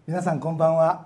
皆さんこんばんは。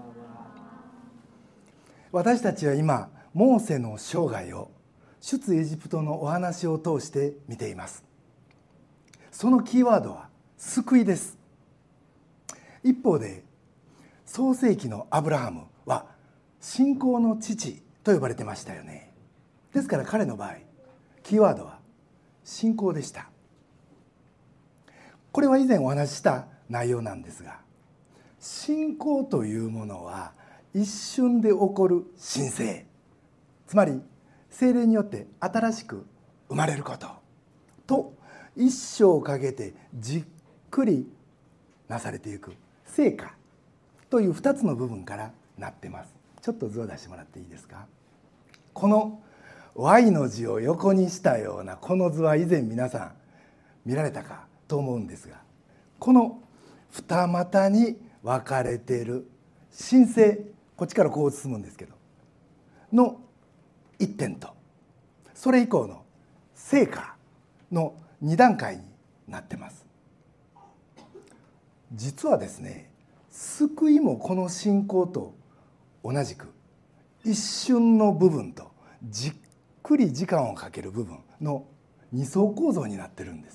私たちは今モーセの生涯を出エジプトのお話を通して見ています。そのキーワードは救いです。一方で創世記のアブラハムは信仰の父と呼ばれてましたよね。ですから彼の場合キーワードは信仰でした。これは以前お話しした内容なんですが、信仰というものは一瞬で起こる新生、つまり聖霊によって新しく生まれることと、一生かけてじっくりなされていく成果という2つの部分からなってます。ちょっと図を出してもらっていいですか。この Y の字を横にしたようなこの図は以前皆さん見られたかと思うんですが、この二股に分かれている新生、こっちからこう進むんですけどの一点と、それ以降の成果の2段階になってます。実はですね、救いもこの信仰と同じく一瞬の部分とじっくり時間をかける部分の二層構造になってるんです。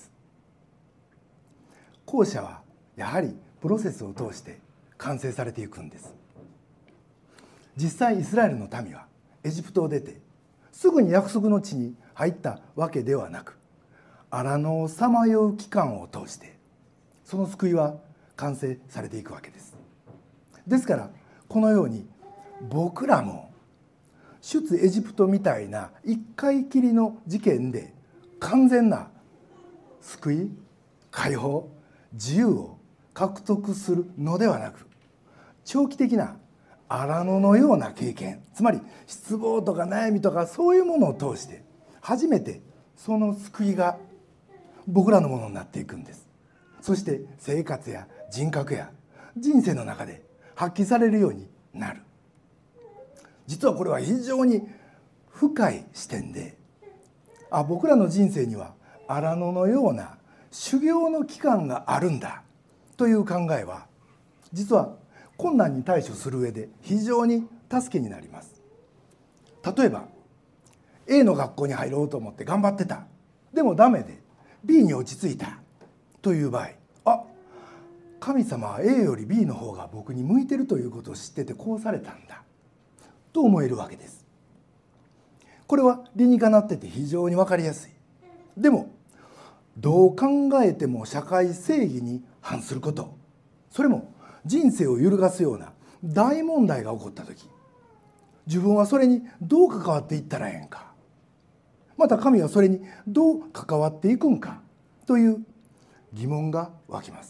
後者はやはりプロセスを通して完成されていくんです。実際イスラエルの民はエジプトを出てすぐに約束の地に入ったわけではなく、荒野をさまよう期間を通してその救いは完成されていくわけです。ですからこのように僕らも出エジプトみたいな一回きりの事件で完全な救い、解放、自由を獲得するのではなく、長期的な荒野のような経験、つまり失望とか悩みとかそういうものを通して初めてその救いが僕らのものになっていくんです。そして生活や人格や人生の中で発揮されるようになる。実はこれは非常に深い視点で、僕らの人生には荒野のような修行の期間があるんだという考えは、実は困難に対処する上で非常に助けになります。例えば A の学校に入ろうと思って頑張ってた、でもダメで B に落ち着いたという場合、神様は A より B の方が僕に向いてるということを知っててこうされたんだと思えるわけです。これは理にかなってて非常に分かりやすい。でもどう考えても社会正義に反すること、それも人生を揺るがすような大問題が起こった時、自分はそれにどう関わっていったらええんか、また神はそれにどう関わっていくんかという疑問が湧きます。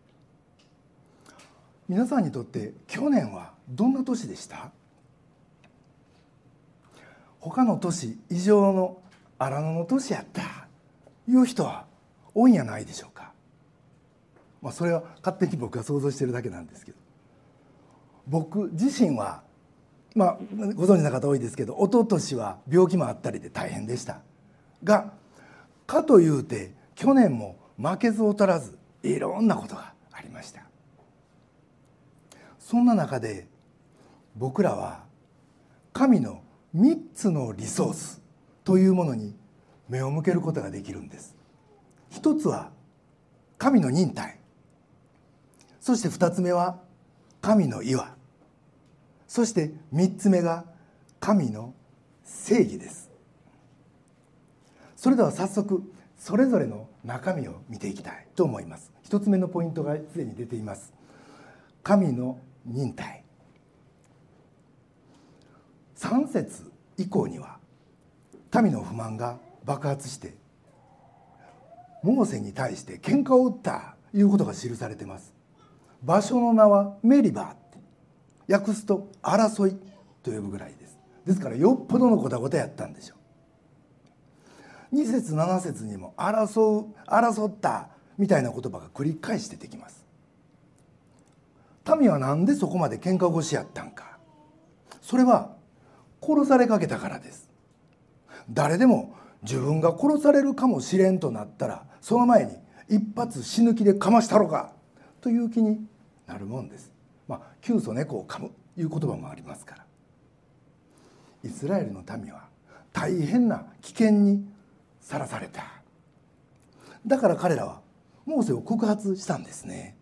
皆さんにとって去年はどんな年でした？他の年以上の荒野の年やったいう人は多いんやないでしょうか。それは勝手に僕が想像しているだけなんですけど、僕自身はご存知の方多いですけど、一昨年は病気もあったりで大変でしたが、かというて去年も負けず劣らずいろんなことがありました。そんな中で僕らは神の3つのリソースというものに目を向けることができるんです。一つは神の忍耐、そして2つ目は神の岩、そして3つ目が神の正義です。それでは早速それぞれの中身を見ていきたいと思います。1つ目のポイントがすでに出ています。神の忍耐。3節以降には民の不満が爆発してモーセに対して喧嘩を打ったということが記されています。場所の名はメリバー、訳すと争いと呼ぶぐらいです。ですからよっぽどのごたごたやったんでしょう。2節7節にも争ったみたいな言葉が繰り返し出てきます。民はなんでそこまで喧嘩腰やったんか。それは殺されかけたからです。誰でも自分が殺されるかもしれんとなったら、その前に一発死ぬ気でかましたろかという気になるもんです。 窮鼠猫を噛むいう言葉もありますから、イスラエルの民は大変な危険にさらされた。だから彼らはモーセを告発したんですね。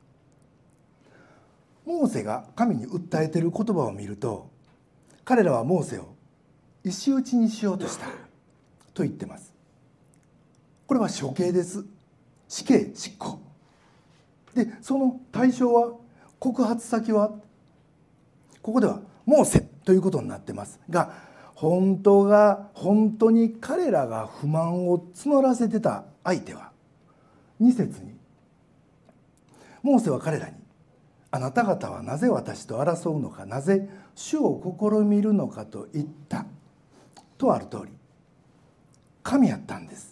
モーセが神に訴えている言葉を見ると、彼らはモーセを石打ちにしようとしたと言ってます。これは処刑です。死刑執行で、その対象は、告発先はここではモーセということになってますが、本当に彼らが不満を募らせてた相手は、2節にモーセは彼らに、あなた方はなぜ私と争うのか、なぜ主を試みるのかと言ったとある通り、神やったんです。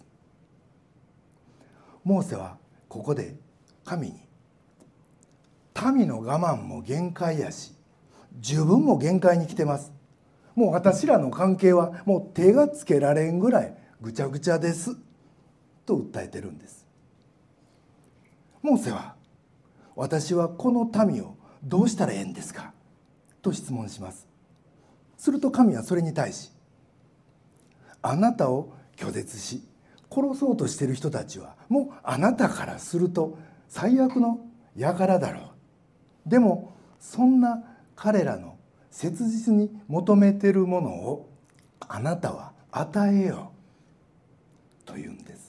モーセはここで神に、民の我慢も限界やし、自分も限界に来てます。もう私らの関係はもう手がつけられんぐらいぐちゃぐちゃですと訴えてるんです。モーセは、私はこの民をどうしたらええんですかと質問します。すると神はそれに対し、あなたを拒絶し殺そうとしている人たちはもうあなたからすると最悪の輩だろう。でもそんな彼らの切実に求めているものをあなたは与えようというんです。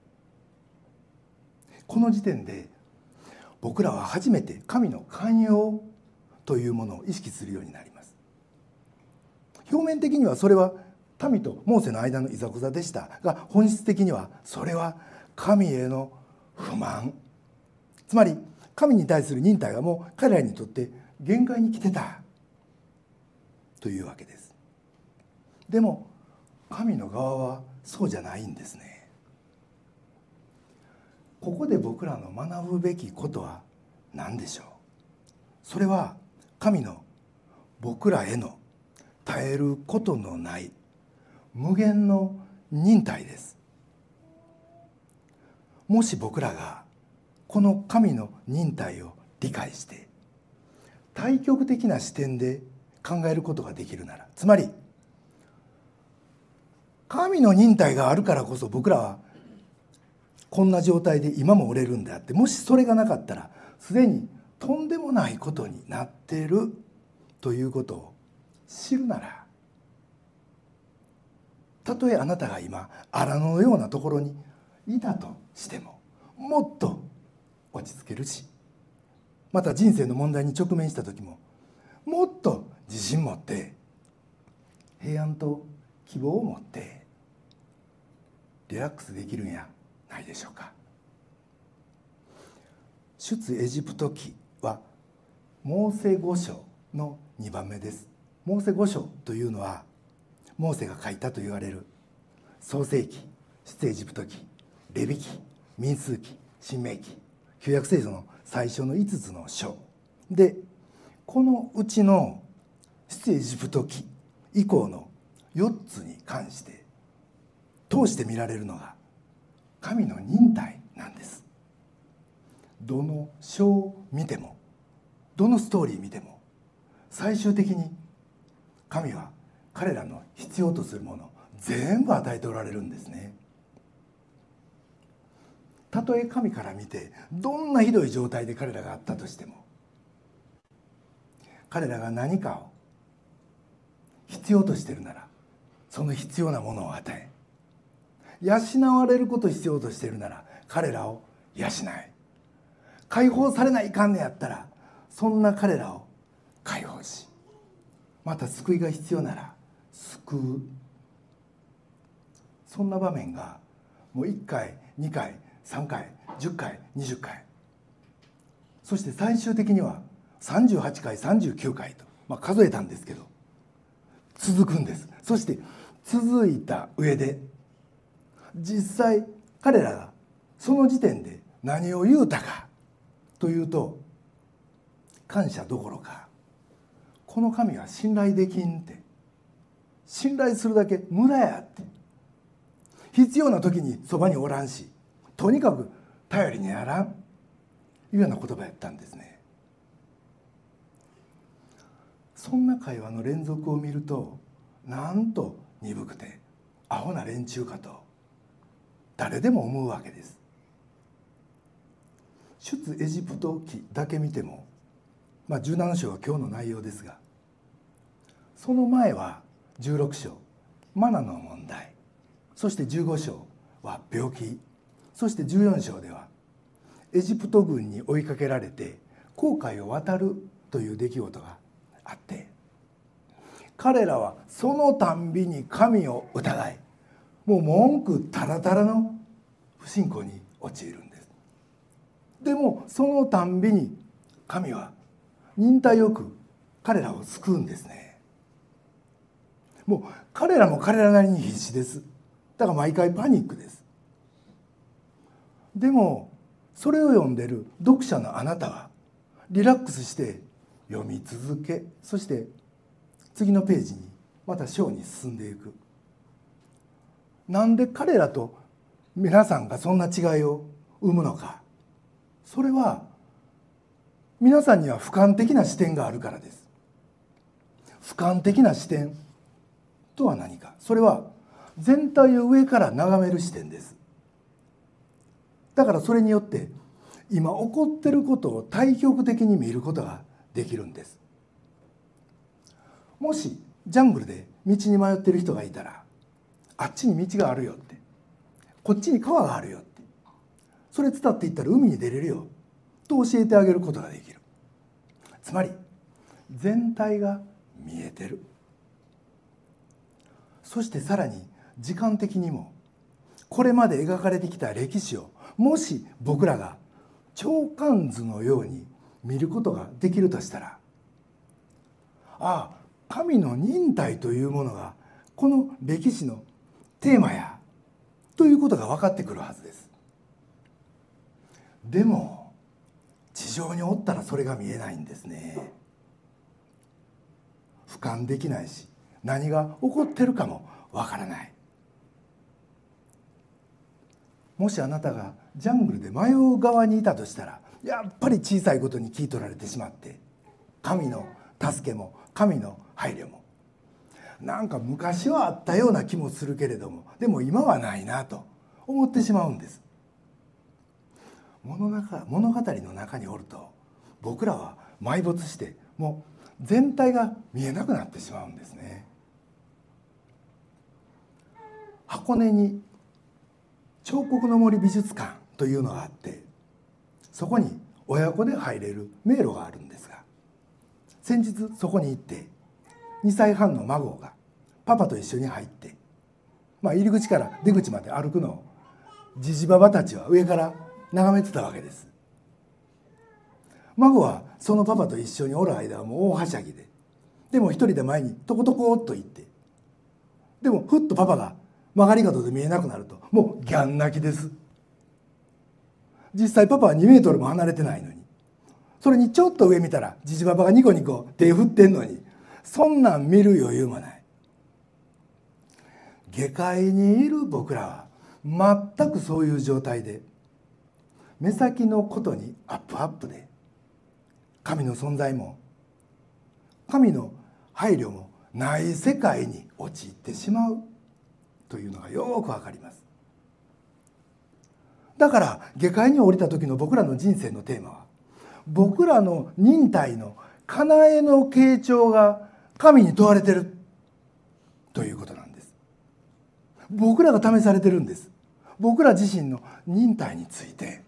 この時点で僕らは初めて神の寛容というものを意識するようになります。表面的にはそれは民とモーセの間のいざこざでしたが、本質的にはそれは神への不満、つまり神に対する忍耐がもう彼らにとって限界に来てたというわけです。でも神の側はそうじゃないんですね。ここで僕らの学ぶべきことは何でしょう。それは神の僕らへの絶えることのない無限の忍耐です。もし僕らがこの神の忍耐を理解して対極的な視点で考えることができるなら、つまり神の忍耐があるからこそ僕らはこんな状態で今もおれるんであって、もしそれがなかったらすでにとんでもないことになっているということを知るなら、たとえあなたが今荒野のようなところにいたとしても、もっと落ち着けるし、また人生の問題に直面した時ももっと自信持って平安と希望を持ってリラックスできるんやないでしょうか。出エジプト記はモーセ五書の2番目です。モーセ五書というのはモーセが書いたと言われる創世記、出エジプト記、レビ記、民数記、申命記、旧約聖書の最初の5つの書で、このうちの出エジプト記以降の4つに関して通して見られるのが神の忍耐なんです。どの書を見ても、どのストーリー見ても、最終的に神は彼らの必要とするもの全部与えておられるんですね。たとえ神から見てどんなひどい状態で彼らがあったとしても、彼らが何かを必要としているならその必要なものを与え、養われることを必要としているなら彼らを養い、解放されないかんねやったらそんな彼らを解放し、また救いが必要なら救う。そんな場面がもう1回2回3回10回20回、そして最終的には38回39回と、数えたんですけど続くんです。そして続いた上で実際彼らがその時点で何を言うたかというと、感謝どころかこの神は信頼できんって、信頼するだけ無駄やって、必要な時にそばにおらんし、とにかく頼りにならんいうような言葉やったんですね。 そんな会話の連続を見ると、なんと鈍くてアホな連中かと誰でも思うわけです。出エジプト記だけ見ても、17章は今日の内容ですが、その前は16章マナの問題、そして15章は病気、そして14章ではエジプト軍に追いかけられて紅海を渡るという出来事があって、彼らはそのたんびに神を疑い、もう文句たらたらの不信仰に陥るんです。でもそのたんびに神は忍耐よく彼らを救うんですね。もう彼らも彼らなりに必死です。だから毎回パニックです。でもそれを読んでる読者のあなたはリラックスして読み続け、そして次のページにまた章に進んでいく。なんで彼らと皆さんがそんな違いを生むのか、それは皆さんには俯瞰的な視点があるからです。俯瞰的な視点とは何か、それは全体を上から眺める視点です。だからそれによって今起こっていることを対極的に見ることができるんです。もしジャングルで道に迷っている人がいたら、あっちに道があるよって、こっちに川があるよって、それ伝っていったら海に出れるよと教えてあげることができる。つまり全体が見えてる。そしてさらに時間的にもこれまで描かれてきた歴史をもし僕らが鳥観図のように見ることができるとしたら、ああ、神の忍耐というものがこの歴史のテーマやということが分かってくるはずです。でも地上におったらそれが見えないんですね。俯瞰できないし、何が起こってるかも分からない。もしあなたがジャングルで迷う側にいたとしたら、やっぱり小さいことに聞い取られてしまって、神の助けも神の配慮もなんか昔はあったような気もするけれども、でも今はないなと思ってしまうんです。物語の中におると、僕らは埋没してもう全体が見えなくなってしまうんですね。箱根に彫刻の森美術館というのがあって、そこに親子で入れる迷路があるんですが、先日そこに行って2歳半の孫がパパと一緒に入って、入り口から出口まで歩くのをじじばばたちは上から眺めてたわけです。孫はそのパパと一緒におる間はもう大はしゃぎで、でも一人で前にトコトコっと行って、でもふっとパパが曲がり角で見えなくなるともうギャン泣きです。実際パパは2メートルも離れてないのに、それにちょっと上見たらじじばばがニコニコ手振ってんのに、そんなん見る余裕もない。下界にいる僕らは全くそういう状態で、目先のことにアップで、神の存在も神の配慮もない世界に陥ってしまうというのがよくわかります。だから下界に降りた時の僕らの人生のテーマは、僕らの忍耐のかなえの傾聴が神に問われてるということなんです。僕らが試されてるんです。僕ら自身の忍耐について。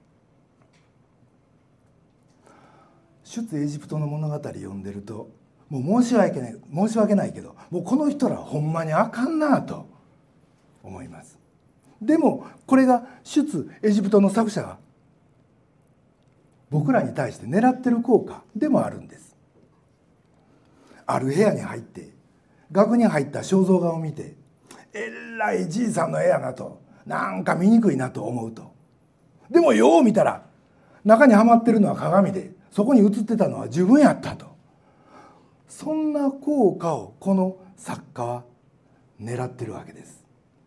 出エジプトの物語読んでると、もう申し訳ないけど、もうこの人らほんまにあかんなと思います。でもこれが出エジプトの作者が僕らに対して狙ってる効果でもあるんです。ある部屋に入って額に入った肖像画を見て、えらいじいさんの絵やなと、なんか見にくいなと思うと、でもよう見たら中にはまってるのは鏡で、そこに映ってたのは自分やったと、そんな効果をこの作家は狙ってるわけです。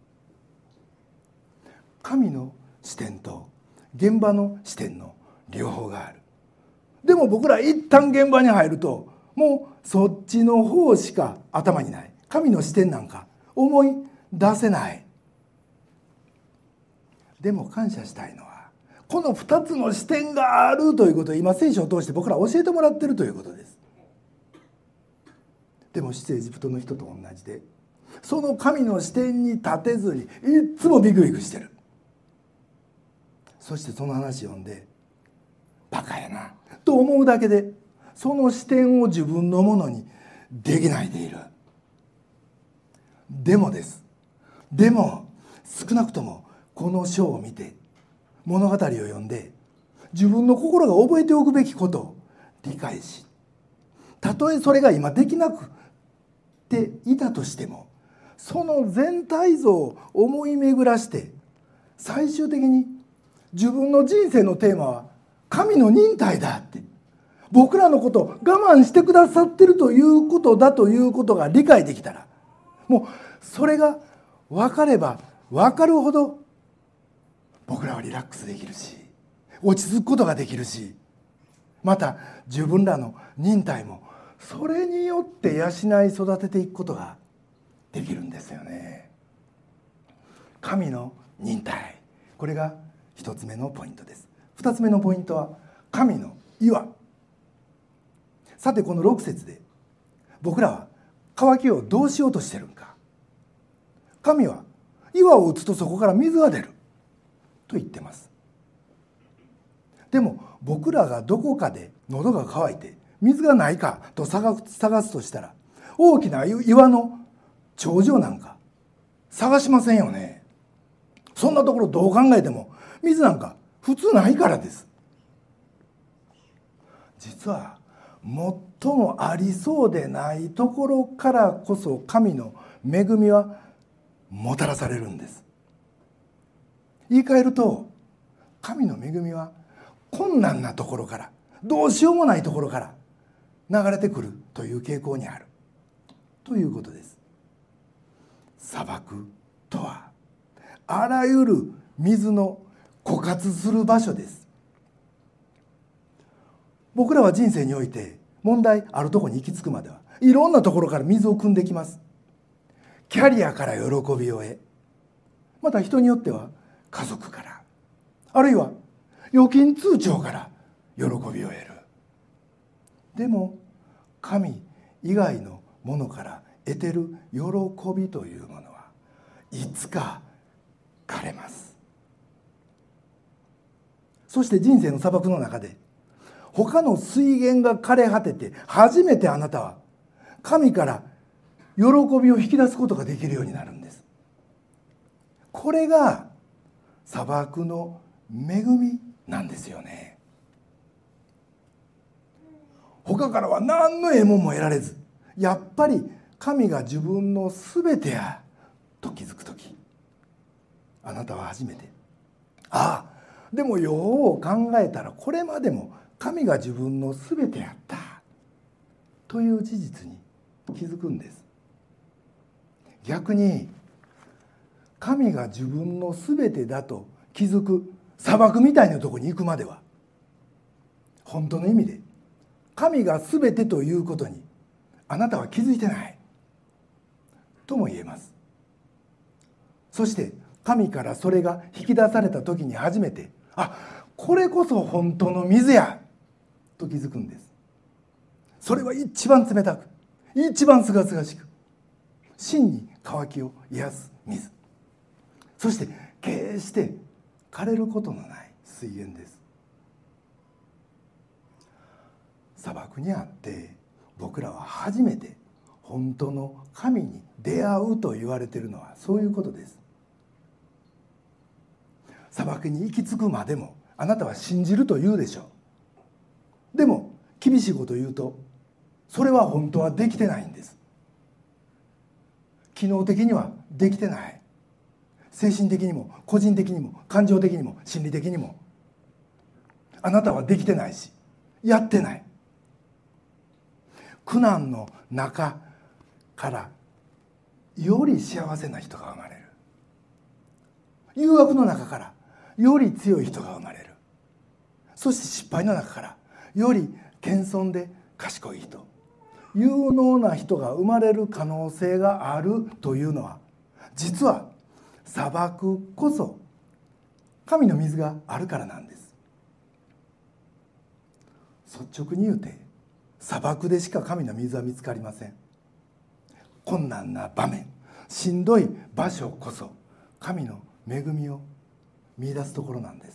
神の視点と現場の視点の両方がある。でも僕ら一旦現場に入ると、 もうそっちの方しか頭にない。神の視点なんか思い出せない。でも感謝したいのは、この2つの視点があるということを今聖書を通して僕ら教えてもらっているということです。でも出エジプトの人と同じで、その神の視点に立てずにいつもビクビクしてる。そしてその話読んでバカやなと思うだけで、その視点を自分のものにできないでいる。でも少なくともこの書を見て、物語を読んで、自分の心が覚えておくべきことを理解し、たとえそれが今できなくていたとしても、その全体像を思い巡らして、最終的に自分の人生のテーマは神の忍耐だって、僕らのことを我慢してくださってるということだということが理解できたら、もうそれが分かれば分かるほど僕らはリラックスできるし、落ち着くことができるし、また自分らの忍耐もそれによって養い育てていくことができるんですよね。神の忍耐、これが一つ目のポイントです。二つ目のポイントは神の岩。さてこの6節で僕らは渇きをどうしようとしてるんか。神は岩を打つとそこから水が出ると言ってます。でも僕らがどこかで喉が渇いて水がないかと探すとしたら、大きな岩の頂上なんか探しませんよね。そんなところどう考えても水なんか普通ないからです。実は最もありそうでないところからこそ神の恵みはもたらされるんです。言い換えると、神の恵みは困難なところから、どうしようもないところから流れてくるという傾向にあるということです。砂漠とはあらゆる水の枯渇する場所です。僕らは人生において問題あるところに行き着くまではいろんなところから水を汲んできます。キャリアから喜びを得、また人によっては家族から、あるいは預金通帳から喜びを得る。でも神以外のものから得てる喜びというものはいつか枯れます。そして人生の砂漠の中で他の水源が枯れ果てて、初めてあなたは神から喜びを引き出すことができるようになるんです。これが砂漠の恵みなんですよね。他からは何の獲物も得られず、やっぱり神が自分の全てやと気づくとき、あなたは初めて、でもよう考えたらこれまでも神が自分の全てやったという事実に気づくんです。逆に神が自分の全てだと気づく砂漠みたいなところに行くまでは、本当の意味で神が全てということにあなたは気づいてないとも言えます。そして神からそれが引き出された時に初めて、これこそ本当の水やと気づくんです。それは一番冷たく、一番すがすがしく、真に渇きを癒す水、そして決して枯れることのない水源です。砂漠にあって僕らは初めて本当の神に出会うと言われているのはそういうことです。砂漠に行き着くまでもあなたは信じると言うでしょう。でも厳しいことを言うと、それは本当はできてないんです。機能的にはできてない。精神的にも個人的にも感情的にも心理的にもあなたはできてないし、やってない。苦難の中からより幸せな人が生まれる。誘惑の中からより強い人が生まれる。そして失敗の中からより謙遜で賢い人、 有能な人が生まれる可能性があるというのは、実は砂漠こそ神の水があるからなんです。率直に言うて、砂漠でしか神の水は見つかりません。困難な場面、しんどい場所こそ神の恵みを見出すところなんです。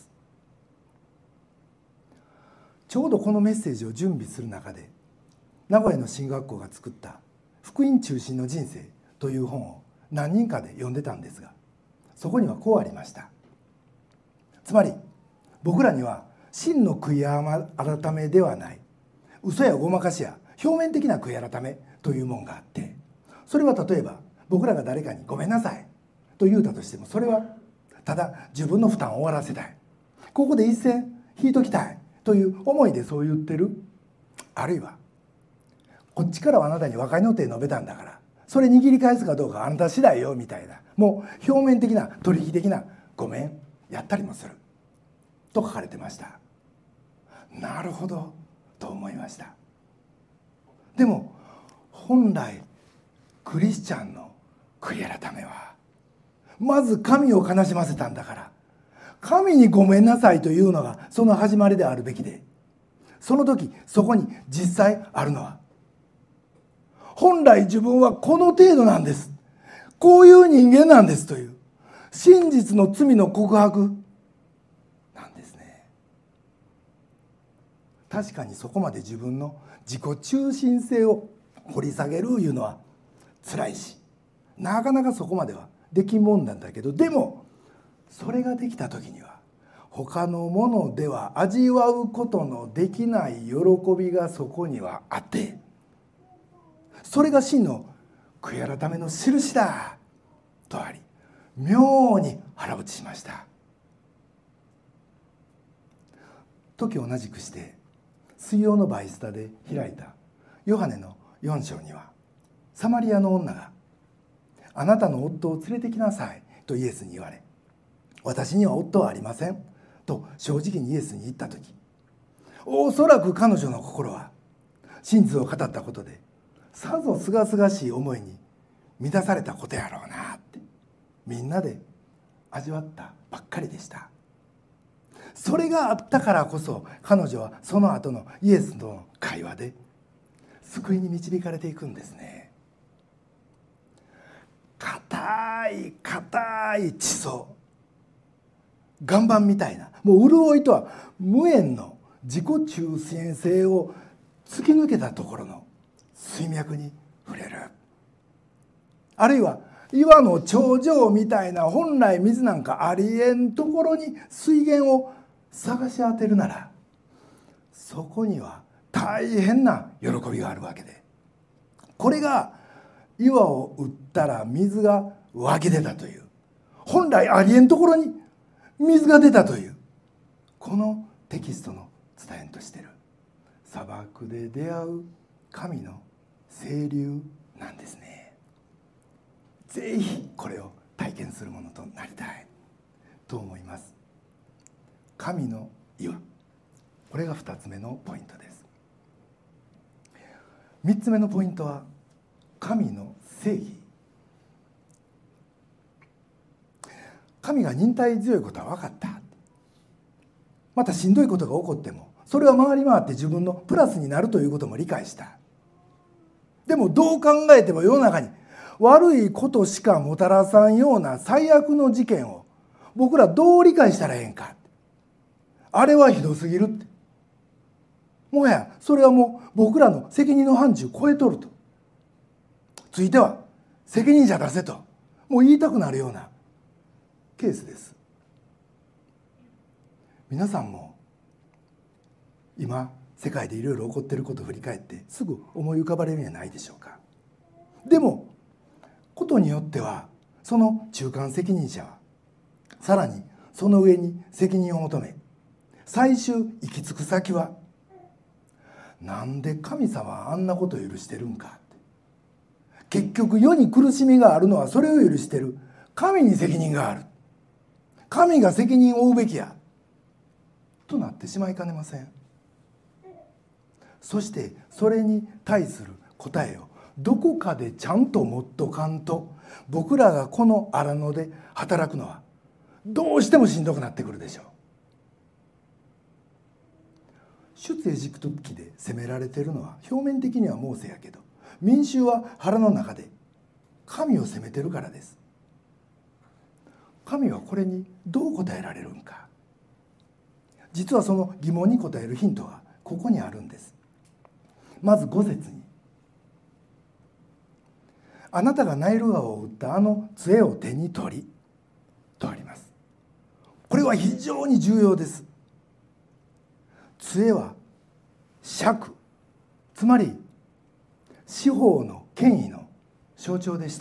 ちょうどこのメッセージを準備する中で、名古屋の神学校が作った「福音中心の人生」という本を何人かで読んでたんですが、そこにはこうありました。つまり僕らには真の悔い改めではない、嘘やごまかしや表面的な悔い改めというものがあって、それは例えば僕らが誰かにごめんなさいと言うたとしても、それはただ自分の負担を終わらせたい、ここで一線引いときたいという思いでそう言ってる、あるいはこっちからはあなたに和解の手を述べたんだからそれ握り返すかどうかはあなた次第よみたいな、もう表面的な取引的なごめんやったりもすると書かれてました。なるほどと思いました。でも本来クリスチャンの悔い改めはまず神を悲しませたんだから、神にごめんなさいというのがその始まりであるべきで、その時そこに実際あるのは、本来自分はこの程度なんです、こういう人間なんですという真実の罪の告白なんですね。確かにそこまで自分の自己中心性を掘り下げるいうのは辛いし、なかなかそこまではできんもんなんだけど、でもそれができた時には他のものでは味わうことのできない喜びがそこにはあって、それが真の悔い改めの印だとあり、妙に腹落ちしました。時を同じくして水曜のバイスタで開いたヨハネの4章には、サマリアの女があなたの夫を連れてきなさいとイエスに言われ、私には夫はありませんと正直にイエスに言った時、おそらく彼女の心は真実を語ったことでさぞすがすがしい思いに満たされたことやろうなってみんなで味わったばっかりでした。それがあったからこそ彼女はその後のイエスとの会話で救いに導かれていくんですね。硬い地層、岩盤みたいな、もう潤いとは無縁の自己中心性を突き抜けたところの水脈に触れる、あるいは岩の頂上みたいな本来水なんかありえんところに水源を探し当てるなら、そこには大変な喜びがあるわけで、これが岩を打ったら水が湧き出たという、本来ありえんところに水が出たという、このテキストの伝えんとしている砂漠で出会う神の清流なんですね。ぜひこれを体験するものとなりたいと思います。神の岩、これが2つ目のポイントです。3つ目のポイントは神の正義。神が忍耐強いことは分かった。またしんどいことが起こってもそれは回り回って自分のプラスになるということも理解した。でもどう考えても世の中に悪いことしかもたらさんような最悪の事件を僕らどう理解したらええんか、あれはひどすぎるって、もはやそれはもう僕らの責任の範疇を超えとると、ついては責任者出せともう言いたくなるようなケースです。皆さんも今世界でいろいろ起こっていることを振り返ってすぐ思い浮かばれるんじゃないでしょうか。でもことによってはその中間責任者はさらにその上に責任を求め、最終行き着く先は、なんで神様はあんなことを許してるんか、結局世に苦しみがあるのはそれを許してる神に責任がある、神が責任を負うべきやとなってしまいかねません。そしてそれに対する答えをどこかでちゃんと持っとかんと、僕らがこの荒野で働くのはどうしてもしんどくなってくるでしょう。出エジプト記で責められているのは表面的にはモーセやけど、民衆は腹の中で神を責めてるからです。神はこれにどう答えられるんか。実はその疑問に答えるヒントがここにあるんです。まず5節に、あなたがナイル川を打ったあの杖を手に取りとあります。これは非常に重要です。杖は爵、つまり司法の権威の象徴でした。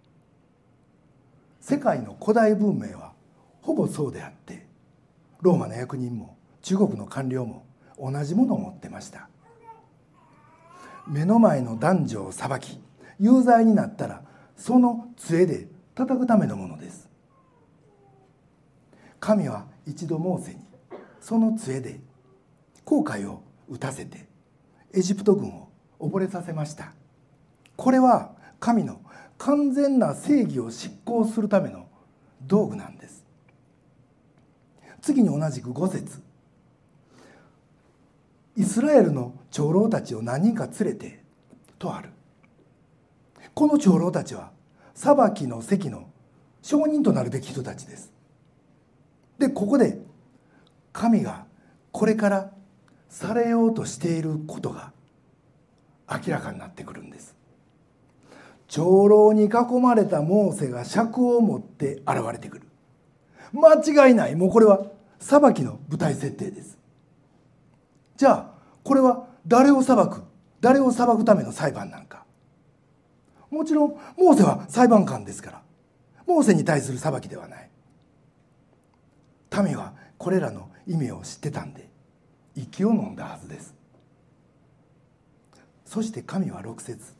世界の古代文明はほぼそうであって、ローマの役人も中国の官僚も同じものを持ってました。目の前の男女を裁き、有罪になったらその杖で叩くためのものです。神は一度モーセにその杖で航海を打たせてエジプト軍を溺れさせました。これは神の完全な正義を執行するための道具なんです。次に同じく5節、イスラエルの長老たちを何人か連れてとある。この長老たちは裁きの席の証人となるべき人たちです。で、ここで神がこれからされようとしていることが明らかになってくるんです。長老に囲まれたモーセが尺を持って現れてくる。間違いない。もうこれは裁きの舞台設定です。じゃあこれは誰を裁くための裁判なんか。もちろんモーセは裁判官ですから、モーセに対する裁きではない。民はこれらの意味を知ってたんで息を飲んだはずです。そして神は6節、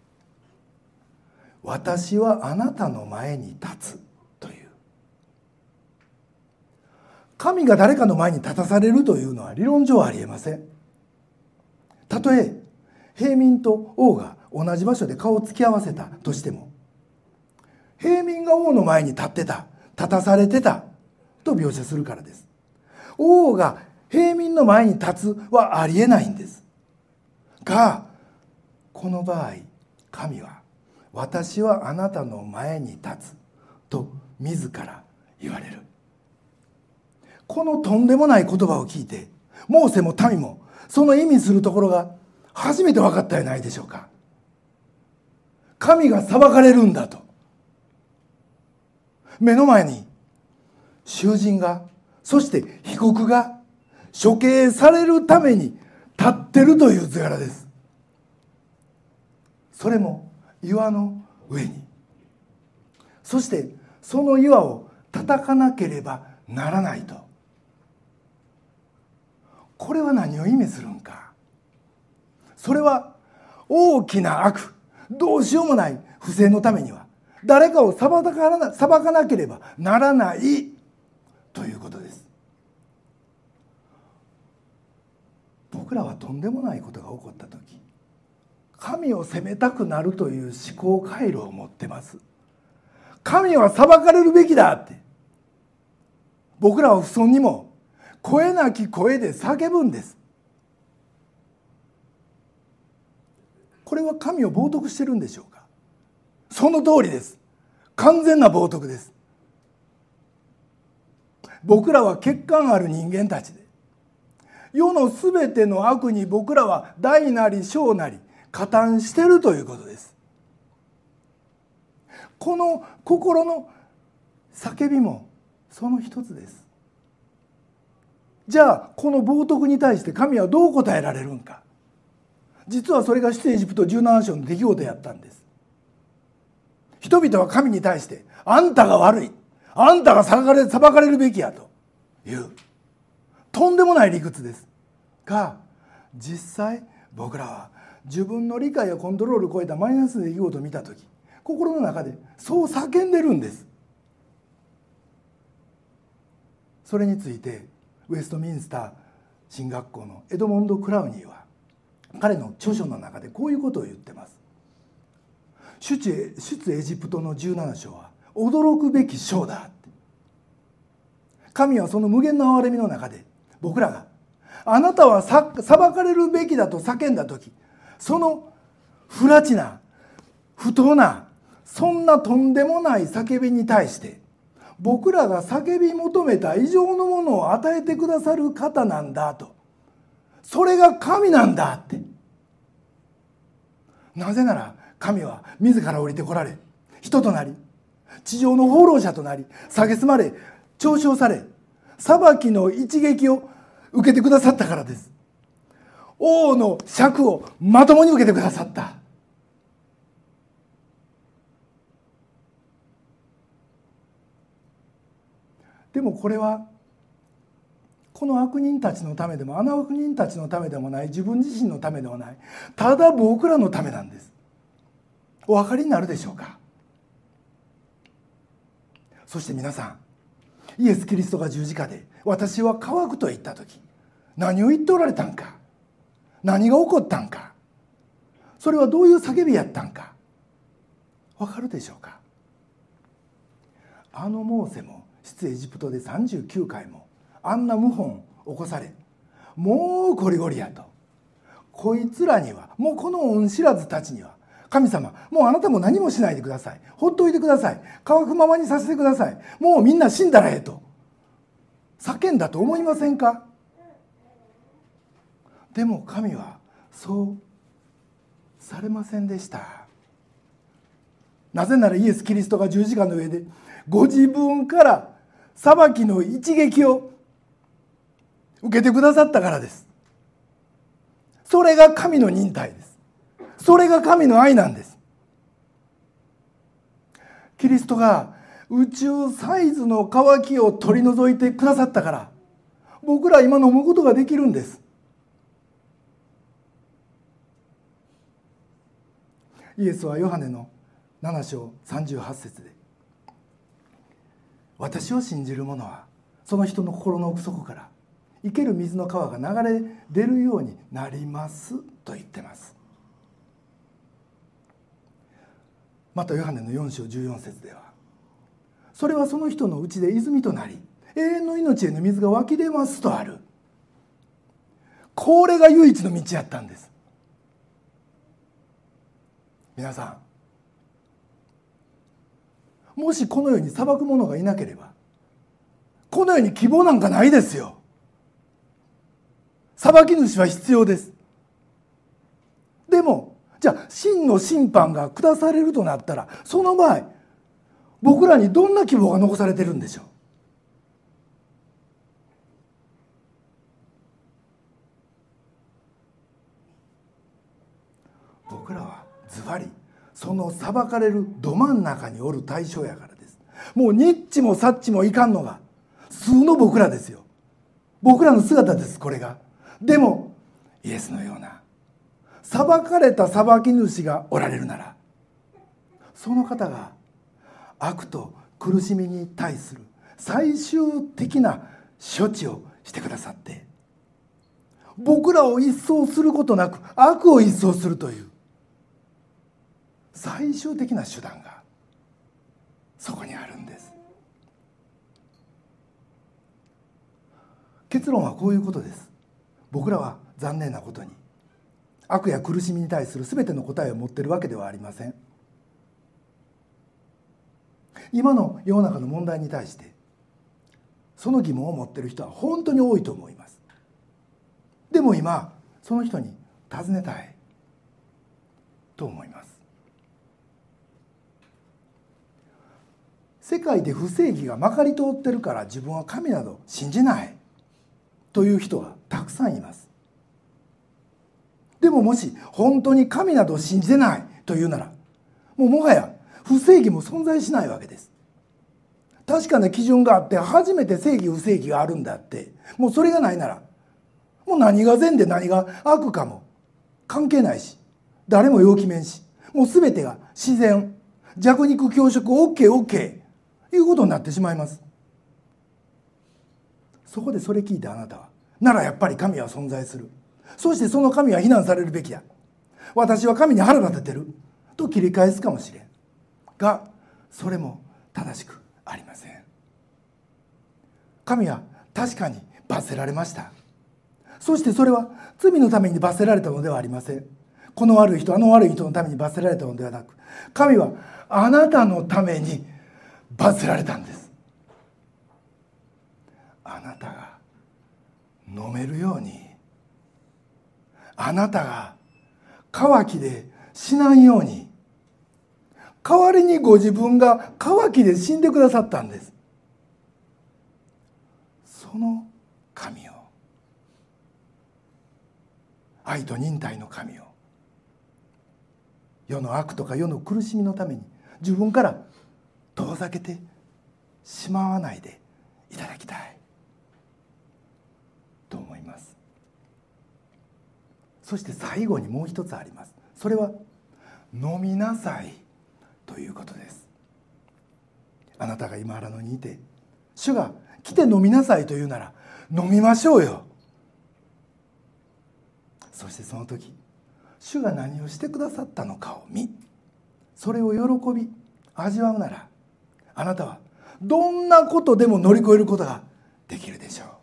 私はあなたの前に立つという。神が誰かの前に立たされるというのは理論上はありえません。たとえ平民と王が同じ場所で顔を突き合わせたとしても、平民が王の前に立たされてたと描写するからです。王が平民の前に立つはありえないんですが、この場合神は私はあなたの前に立つと自ら言われる。このとんでもない言葉を聞いて、モーセも民もその意味するところが初めて分かったんじゃないでしょうか。神が裁かれるんだと。目の前に囚人が、そして被告が処刑されるために立ってるという図柄です。それも岩の上に。そしてその岩を叩かなければならないと。これは何を意味するんか。それは大きな悪、どうしようもない不正のためには誰かを裁かなければならないということです。僕らはとんでもないことが起こった時、神を責めたくなるという思考回路を持ってます。神は裁かれるべきだって僕らは不遜にも声なき声で叫ぶんです。これは神を冒涜してるんでしょうか。その通りです。完全な冒涜です。僕らは欠陥ある人間たちで、世のすべての悪に僕らは大なり小なり加担しているということです。この心の叫びもその一つです。じゃあこの冒涜に対して神はどう答えられるんか。実はそれが出エジプト17章の出来事やったんです。人々は神に対してあんたが悪い、あんたが裁かれるべきやというとんでもない理屈ですが、実際僕らは自分の理解やコントロールを超えたマイナスの出来事を見た時、心の中でそう叫んでるんです。それについてウェストミンスター神学校のエドモンド・クラウニーは彼の著書の中でこういうことを言ってます。出エジプトの17章は驚くべき章だって。神はその無限の憐れみの中で僕らがあなたは裁かれるべきだと叫んだ時、その不埒な不当なそんなとんでもない叫びに対して僕らが叫び求めた以上のものを与えてくださる方なんだと。それが神なんだって。なぜなら神は自ら降りてこられ、人となり地上の放浪者となり、蔑まれ嘲笑され、裁きの一撃を受けてくださったからです。王の尺をまともに受けてくださった。でもこれはこの悪人たちのためでもあの悪人たちのためでもない、自分自身のためでもない、ただ僕らのためなんです。お分かりになるでしょうか。そして皆さん、イエス・キリストが十字架で私は乾くと言った時、何を言っておられたんか、何が起こったんか、それはどういう叫びやったんか分かるでしょうか。あのモーセも出エジプトで39回もあんな謀反を起こされ、もうゴリゴリやと、こいつらには、もうこの恩知らずたちには、神様もうあなたも何もしないでください、ほっといてください、乾くままにさせてください、もうみんな死んだらええと叫んだと思いませんか。でも神はそうされませんでした。なぜならイエス・キリストが十字架の上でご自分から裁きの一撃を受けてくださったからです。それが神の忍耐です。それが神の愛なんです。キリストが宇宙サイズの渇きを取り除いてくださったから僕ら今飲むことができるんです。イエスはヨハネの7章38節で、私を信じる者はその人の心の奥底から生ける水の川が流れ出るようになりますと言ってます。またヨハネの4章14節では、それはその人のうちで泉となり永遠の命への水が湧き出ますとある。これが唯一の道やったんです。皆さん、もしこの世に裁く者がいなければこの世に希望なんかないですよ。裁き主は必要です。でもじゃあ真の審判が下されるとなったら、その場合僕らにどんな希望が残されてるんでしょう。僕らはズバリその裁かれるど真ん中におる対象やからです。もうニッチもサッチもいかんのが数の僕らですよ。僕らの姿です、これが。でもイエスのような裁かれた裁き主がおられるなら、その方が悪と苦しみに対する最終的な処置をしてくださって、僕らを一掃することなく悪を一掃するという最終的な手段がそこにあるんです。結論はこういうことです。僕らは残念なことに悪や苦しみに対する全ての答えを持っているわけではありません。今の世の中の問題に対してその疑問を持っている人は本当に多いと思います。でも今その人に尋ねたいと思います。世界で不正義がまかり通ってるから自分は神など信じないという人はたくさんいます。でももし本当に神など信じてないというなら、もはや不正義も存在しないわけです。確かな基準があって初めて正義不正義があるんだって、もうそれがないならもう何が善で何が悪かも関係ないし、誰も要決めんし、もう全てが自然、弱肉強食 OKOK いうことになってしまいます。そこでそれ聞いてあなたは、ならやっぱり神は存在する、 そしてその神は非難されるべきや、私は神に腹立ててると切り返すかもしれんが、それも正しくありません。神は確かに罰せられました。そしてそれは罪のために罰せられたのではありません。この悪い人あの悪い人のために罰せられたのではなく、神はあなたのために罰せられたんです。あなたが飲めるように、あなたが渇きで死なんように、代わりにご自分が渇きで死んでくださったんです。その神を、愛と忍耐の神を、世の悪とか世の苦しみのために自分から遠ざけてしまわないでいただきたいと思います。そして最後にもう一つあります。それは飲みなさいということです。あなたが今荒野にいて、主が来て飲みなさいと言うなら飲みましょうよ。そしてその時、主が何をしてくださったのかを見、それを喜び味わうなら、あなたはどんなことでも乗り越えることができるでしょう。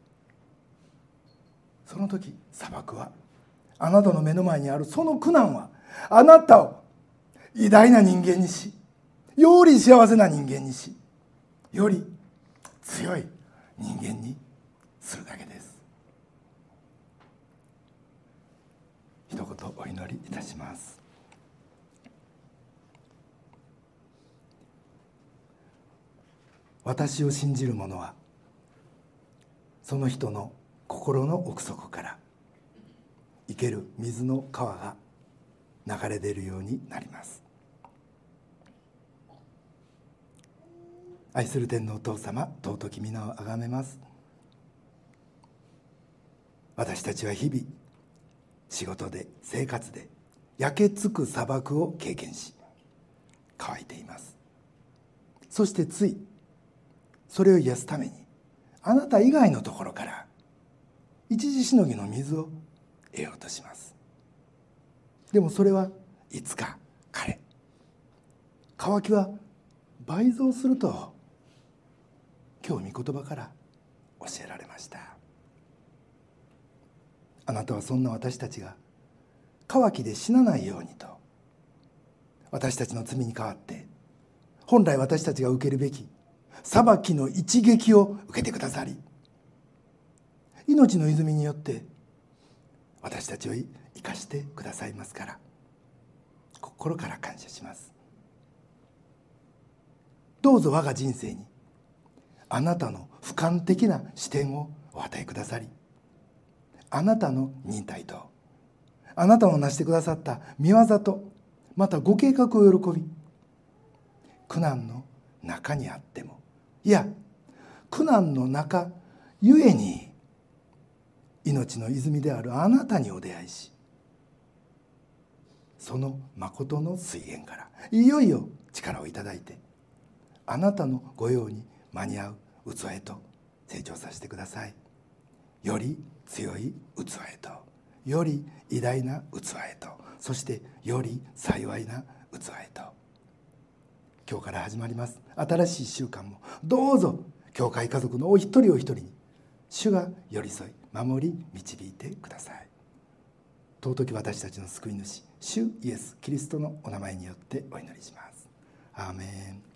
その時、砂漠は、あなたの目の前にあるその苦難は、あなたを偉大な人間にし、より幸せな人間にし、より強い人間にするだけです。一言お祈りいたします。私を信じる者は、その人の心の奥底から生ける水の川が流れ出るようになります。愛する天のお父様、尊き皆をあがめます。私たちは日々仕事で生活で焼けつく砂漠を経験し乾いています。そしてついそれを癒すために、あなた以外のところから一時しのぎの水を得ようとします。でもそれはいつか枯れ、渇きは倍増すると今日御言葉から教えられました。あなたはそんな私たちが渇きで死なないようにと、私たちの罪に代わって本来私たちが受けるべき裁きの一撃を受けてくださり、命の泉によって私たちを生かしてくださいますから、心から感謝します。どうぞ我が人生にあなたの俯瞰的な視点をお与えくださり、あなたの忍耐とあなたの成してくださった御業と、またご計画を喜び、苦難の中にあっても、いや苦難の中ゆえに命の泉であるあなたにお出会いし、その誠の水源からいよいよ力をいただいて、あなたの御用に間に合う器へと成長させてください。より強い器へと、より偉大な器へと、そしてより幸いな器へと、今日から始まります新しい習慣もどうぞ教会家族のお一人お一人に主が寄り添い守り導いてください。尊き私たちの救い主主イエス・キリストのお名前によってお祈りします。アーメン。